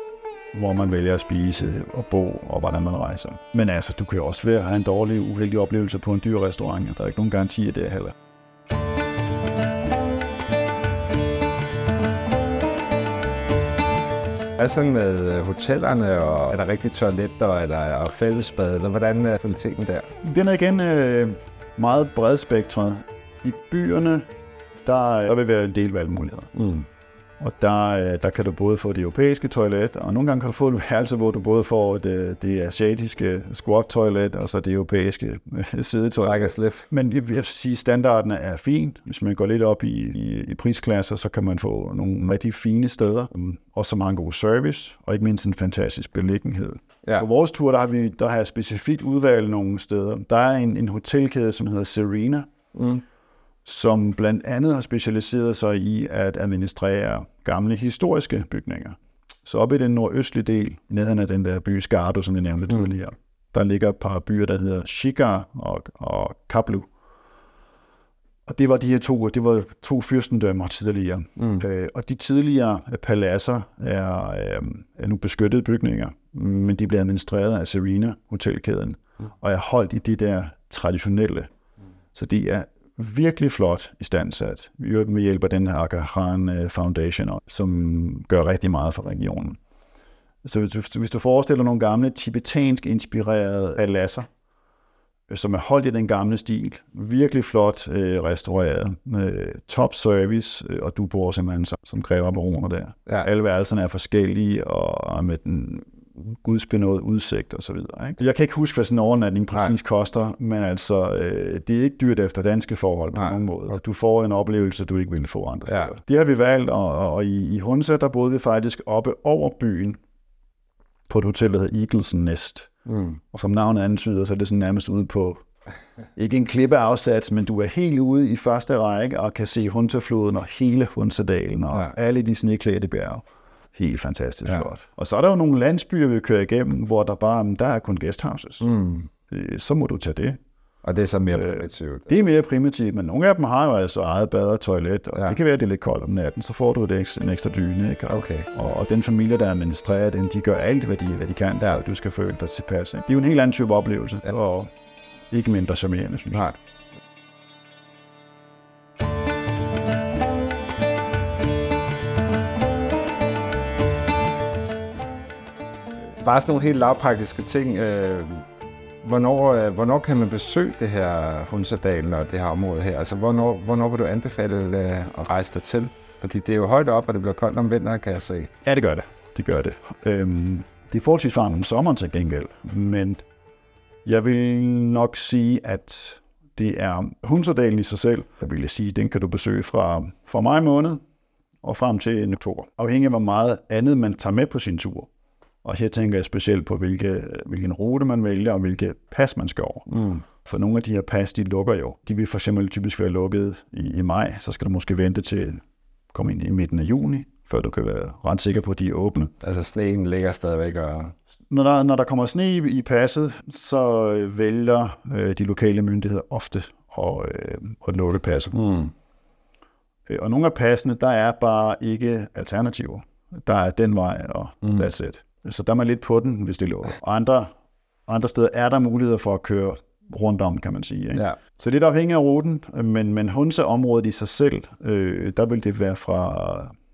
hvor man vælger at spise og bo, og hvordan man rejser. Men altså, du kan jo også være, have en dårlig, uheldig oplevelse på en dyr restaurant. Der er ikke nogen garanti af det heller. Hvad sådan med hotellerne, og er der rigtig toiletter, eller er fællesbad, eller hvordan er kvaliteten der? Den er igen øh, meget bredspektret. I byerne, der, der vil være en del valgmuligheder. Mm. Og der, der kan du både få det europæiske toilet, og nogle gange kan du få et værelse, hvor du både får det, det asiatiske squat-toilet, og så det europæiske sidetoilet. Men jeg vil sige, at standarden er fin. Hvis man går lidt op i, i, i prisklasser, så kan man få nogle rigtig fine steder. Også så meget god service, og ikke mindst en fantastisk beliggenhed. Ja. På vores tur, der har, vi, der har jeg specifikt udvalgt nogle steder. Der er en, en hotelkæde, som hedder Serena, mm. som blandt andet har specialiseret sig i at administrere gamle historiske bygninger. Så oppe i den nordøstlige del, neden af den der by Skardu, som jeg nævnte mm. tidligere, der ligger et par byer, der hedder Shikar og, og Kablu. Og det var de her to, det var to fyrstendømmer tidligere. Mm. Øh, og de tidligere paladser er, øh, er nu beskyttede bygninger, men de bliver administreret af Serena hotelkæden, mm. og er holdt i de der traditionelle. Mm. Så de er virkelig flot istandsat. Vi gør dem med hjælp af den her Aga Khan Foundation, som gør rigtig meget for regionen. Så hvis du, hvis du forestiller nogle gamle tibetansk inspirerede paladser, som er holdt i den gamle stil, virkelig flot øh, restaureret, øh, top service, øh, og du bor simpelthen som, som kræver baroner der. Ja. Alle værelserne er forskellige, og med den gudsbenåede udsigt og så videre. Ikke? Jeg kan ikke huske, hvad sådan en overnatning præcis koster, men altså, øh, det er ikke dyrt efter danske forhold på Nej. nogen måde. Du får en oplevelse, du ikke ville få andre steder. Ja. Det har vi valgt, og, og, og i, i Hunza, der boede vi faktisk oppe over byen, på et hotel, der hedder Eagles Nest. Mm. Og som navnet antyder, så er det sådan nærmest ude på, ikke en klippeafsats, men du er helt ude i første række og kan se Hunzafloden og hele Hunzadalen og ja. alle de sneklædte bjerge. Helt fantastisk ja. flot. Og så er der jo nogle landsbyer, vi kører igennem, hvor der bare der er kun guesthouses. Mm. Så må du tage det. Og det er så mere primitivt. Det er mere primitivt, men nogle af dem har jo altså eget bad og toilet, og ja. det kan være, at det er lidt koldt om natten, så får du et ekstra, en ekstra dyne. Ikke? Okay. Og, og den familie, der administrerer den, de gør alt, hvad de, hvad de kan, der, og du skal føle dig tilpas. Det er jo en helt anden type oplevelse, ja. og ikke mindre charmerende, synes jeg. Bare sådan nogle helt lavpraktiske ting. Øh... Hvornår, hvornår kan man besøge det her Hunzadalen og det her område her? Altså, hvornår, hvornår vil du anbefale at rejse dig til? Fordi det er jo højt op, og det bliver koldt om vinteren, kan jeg se. Ja, det gør det. Det gør det. Øhm, det er forholdsvis varmt om sommeren til gengæld, men jeg vil nok sige, at det er Hunzadalen i sig selv. Jeg vil sige, den kan du besøge fra, fra maj måned og frem til oktober. Afhængig af, hvor meget andet man tager med på sin tur. Og her tænker jeg specielt på, hvilke, hvilken rute man vælger, og hvilke pas man skal over. Mm. For nogle af de her pas, de lukker jo. De vil for eksempel typisk være lukket i, i maj, så skal du måske vente til at komme ind i midten af juni, før du kan være ret sikker på, at de er åbne. Altså sneen ligger stadigvæk og... Når der, når der kommer sne i, i passet, så vælger øh, de lokale myndigheder ofte at, øh, at lukke passet. Mm. Og nogle af passene, der er bare ikke alternativer. Der er den vej, og mm. that's it. Så der er man lidt på den, hvis det lukker. Og andre, andre steder er der muligheder for at køre rundt om, kan man sige. Ikke? Ja. Så det er afhængigt af ruten, men, men Hunza-området i sig selv, øh, der vil det være fra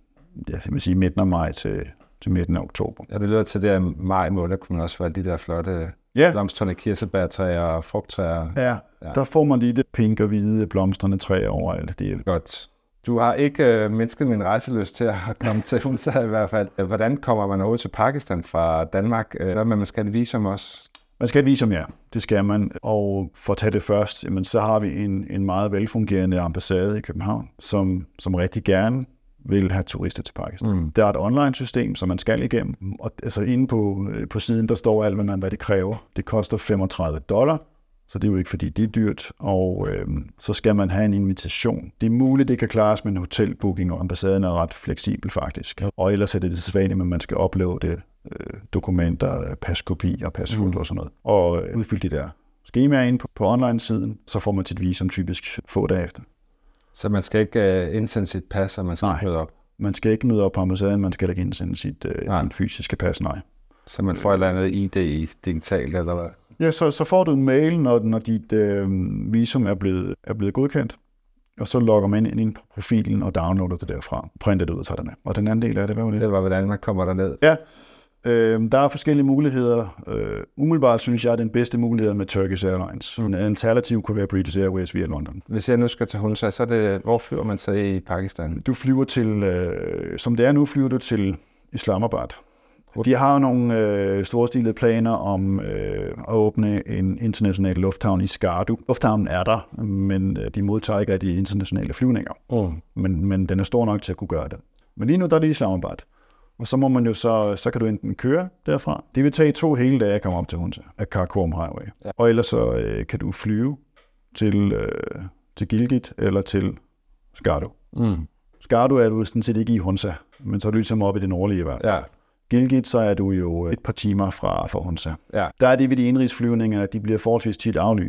jeg vil sige, midten af maj til, til midten af oktober. Ja, det lyder til det, at maj måned kunne man også være de der flotte ja. blomstrende kirsebærtræer og frugttræer. Ja, ja, der får man lige det pink og hvide blomstrende træer overalt. Det er godt. Du har ikke øh, mindsket min rejselyst til at komme til Hunza i hvert fald. Hvordan kommer man over til Pakistan fra Danmark? Hvad med, man skal have et visum også? Man skal have et visum, ja. Det skal man. Og for at tage det først, jamen, så har vi en, en meget velfungerende ambassade i København, som, som rigtig gerne vil have turister til Pakistan. Mm. Der er et online-system, som man skal igennem. Og, altså inde på, på siden, der står alt, hvad det kræver. Det koster femogtredive dollar. Så det er jo ikke, fordi det er dyrt, og øh, så skal man have en invitation. Det er muligt, det kan klares med en hotelbooking, og ambassaden er ret fleksibel faktisk. Ja. Og ellers er det det sædvanlige, at man skal uploade øh, dokumenter, paskopi og pasfoto mm. og sådan noget. Og øh, udfylde de der skemaer ind på, på online-siden, så får man sit visum typisk få dage efter. Så man skal ikke øh, indsende sit pas, og man skal nej, møde op? Man skal ikke møde op på ambassaden, man skal ikke indsende sit, øh, sit fysiske pas, nej. Så man får et eller andet I D digitalt, eller hvad? Ja, så, så får du en mail, når, når dit øh, visum er blevet, er blevet godkendt, og så logger man ind, ind på profilen og downloader det derfra, printer det ud og tager det med. Og den anden del af det, hvad var det? Det var, hvordan man kommer derned. Ja, øh, der er forskellige muligheder. Øh, umiddelbart synes jeg, at den bedste mulighed med Turkish Airlines. Mm. En alternativ kunne være British Airways via London. Hvis jeg nu skal til Hunza, så er det, hvor flyver man sig i Pakistan? Du flyver til, øh, som det er nu, flyver du til Islamabad. De har nogle øh, storstilede planer om øh, at åbne en international lufthavn i Skardu. Lufthavnen er der, men øh, de modtager ikke af de internationale flyvninger. Mm. Men, men den er stor nok til at kunne gøre det. Men lige nu der er det Islamabad. Og så må man jo så, så kan du enten køre derfra. Det vil tage to hele dage at komme op til Hunza af Karakorum Highway. Ja. Og ellers så øh, kan du flyve til, øh, til Gilgit eller til Skardu. Mm. Skardu er du sådan set ikke i Hunza, men så er du ligesom oppe i det nordlige i hvert fald. Ja. Gilgit, så er du jo et par timer fra, fra Hunza. Ja. Der er det ved de indrigsflyvninger, at de bliver forholdsvis tit aflyst.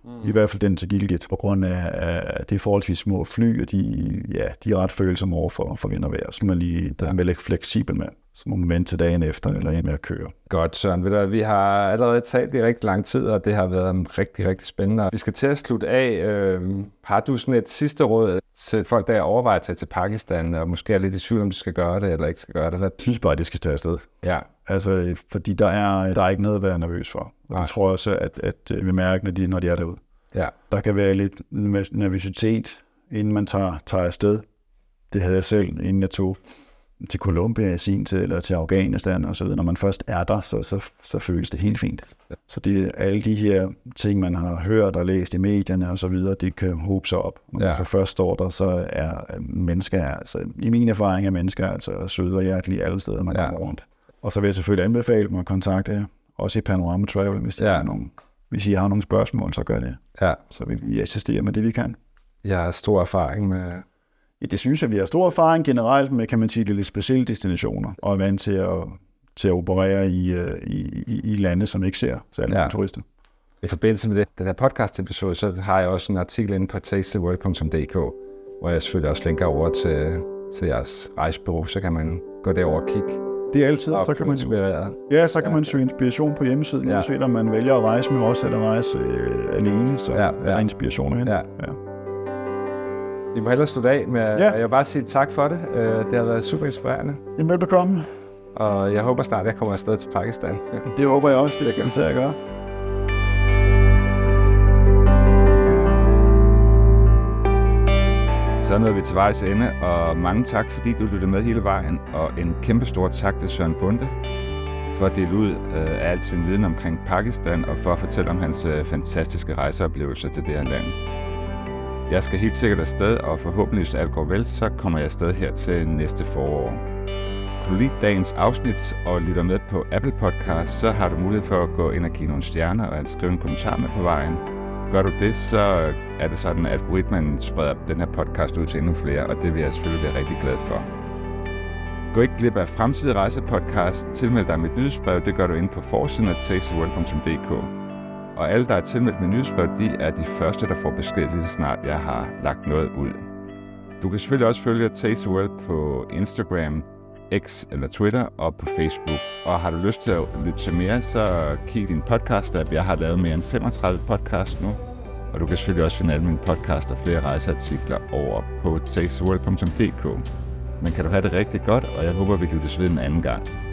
Mm. I hvert fald den til Gilgit, på grund af, af det forholdsvis små fly, og de, ja, de er ret følsomme over for, for vind og vejr, så man lige der er man lidt fleksibel med. Så må man vente til dagen efter, eller ind med at køre. Godt, Søren. Ved du, vi har allerede talt i rigtig lang tid, og det har været rigtig, rigtig spændende. Vi skal til at slutte af. Øh, har du sådan et sidste råd til folk, der overvejer at tage til Pakistan, og måske er lidt i tvivl, om de skal gøre det, eller ikke skal gøre det? Hvad? Jeg synes bare, at det skal tage afsted. Ja. Altså, fordi der er, der er ikke noget at være nervøs for. Og jeg tror også, at, at vi mærker, når de, når de er derude. Ja. Der kan være lidt nervøsitet, inden man tager, tager afsted. Det havde jeg selv, inden jeg tog til Colombia i sin tid, eller til Afghanistan og så videre. Når man først er der, så, så, så føles det helt fint. Så det er alle de her ting, man har hørt og læst i medierne og så videre, det kan hobe sig op. Når man ja. så først står der, så er mennesker, altså i min erfaring er mennesker altså søde og hjertelige alle steder, man ja. kommer rundt. Og så vil jeg selvfølgelig anbefale dem at kontakte jer, også i Panorama Travel, hvis, ja. har nogen, hvis I har nogle spørgsmål, så gør det. Ja. Så vil vi assistere med det, vi kan. Jeg har stor erfaring med... Ja, det synes jeg, vi har stor erfaring generelt med, kan man sige, lidt specielle destinationer, og er vant til at, til at operere i, i, i, i lande, som ikke ser særlig mange ja. turister. I forbindelse med det, den her podcast-episode, så har jeg også en artikel inde på tasteworld punktum d k, hvor jeg selvfølgelig også linker over til, til jeres rejsebureau, så kan man gå derover og kigge. Det er altid, så kan man, ja, så kan ja. man søge inspiration på hjemmesiden, ja. uanset om man vælger at rejse med os, eller rejse øh, alene, så ja, ja. er inspiration hen. Ja. Ja. Vi må hellere slutte af med, ja. jeg vil bare sige tak for det. Det har været super inspirerende. Jamen, velbekomme. Og jeg håber snart, at jeg kommer afsted til Pakistan. Det håber jeg også, det skal jeg til at gøre. Så nåede vi til vejs ende, og mange tak, fordi du lyttede med hele vejen. Og en kæmpe stor tak til Søren Bonde for at dele ud af al sin viden omkring Pakistan, og for at fortælle om hans fantastiske rejseoplevelser til det her land. Jeg skal helt sikkert afsted, og forhåbentlig, hvis alt går vel, så kommer jeg afsted her til næste forår. Kan du lide dagens afsnit og lytter med på Apple Podcast, så har du mulighed for at gå ind og give nogle stjerner og skrive en kommentar med på vejen. Gør du det, så er det sådan, at algoritmen spreder den her podcast ud til endnu flere, og det vil jeg selvfølgelig være rigtig glad for. Gå ikke glip af fremtidige rejsepodcast. Tilmeld dig mit nyhedsbrev, det gør du inde på forsiden af tasteworld punktum d k. Og alle, der er tilmeldt med nyhedsbrev, de er de første, der får besked lige så snart jeg har lagt noget ud. Du kan selvfølgelig også følge Tasteworld på Instagram, X eller Twitter og på Facebook. Og har du lyst til at lytte til mere, så kig din podcast-app. Jeg har lavet mere end femogtredive podcast nu. Og du kan selvfølgelig også finde alle mine podcast og flere rejseartikler over på tasteworld punktum d k. Men kan du have det rigtig godt, og jeg håber, vi lyttes ved en anden gang.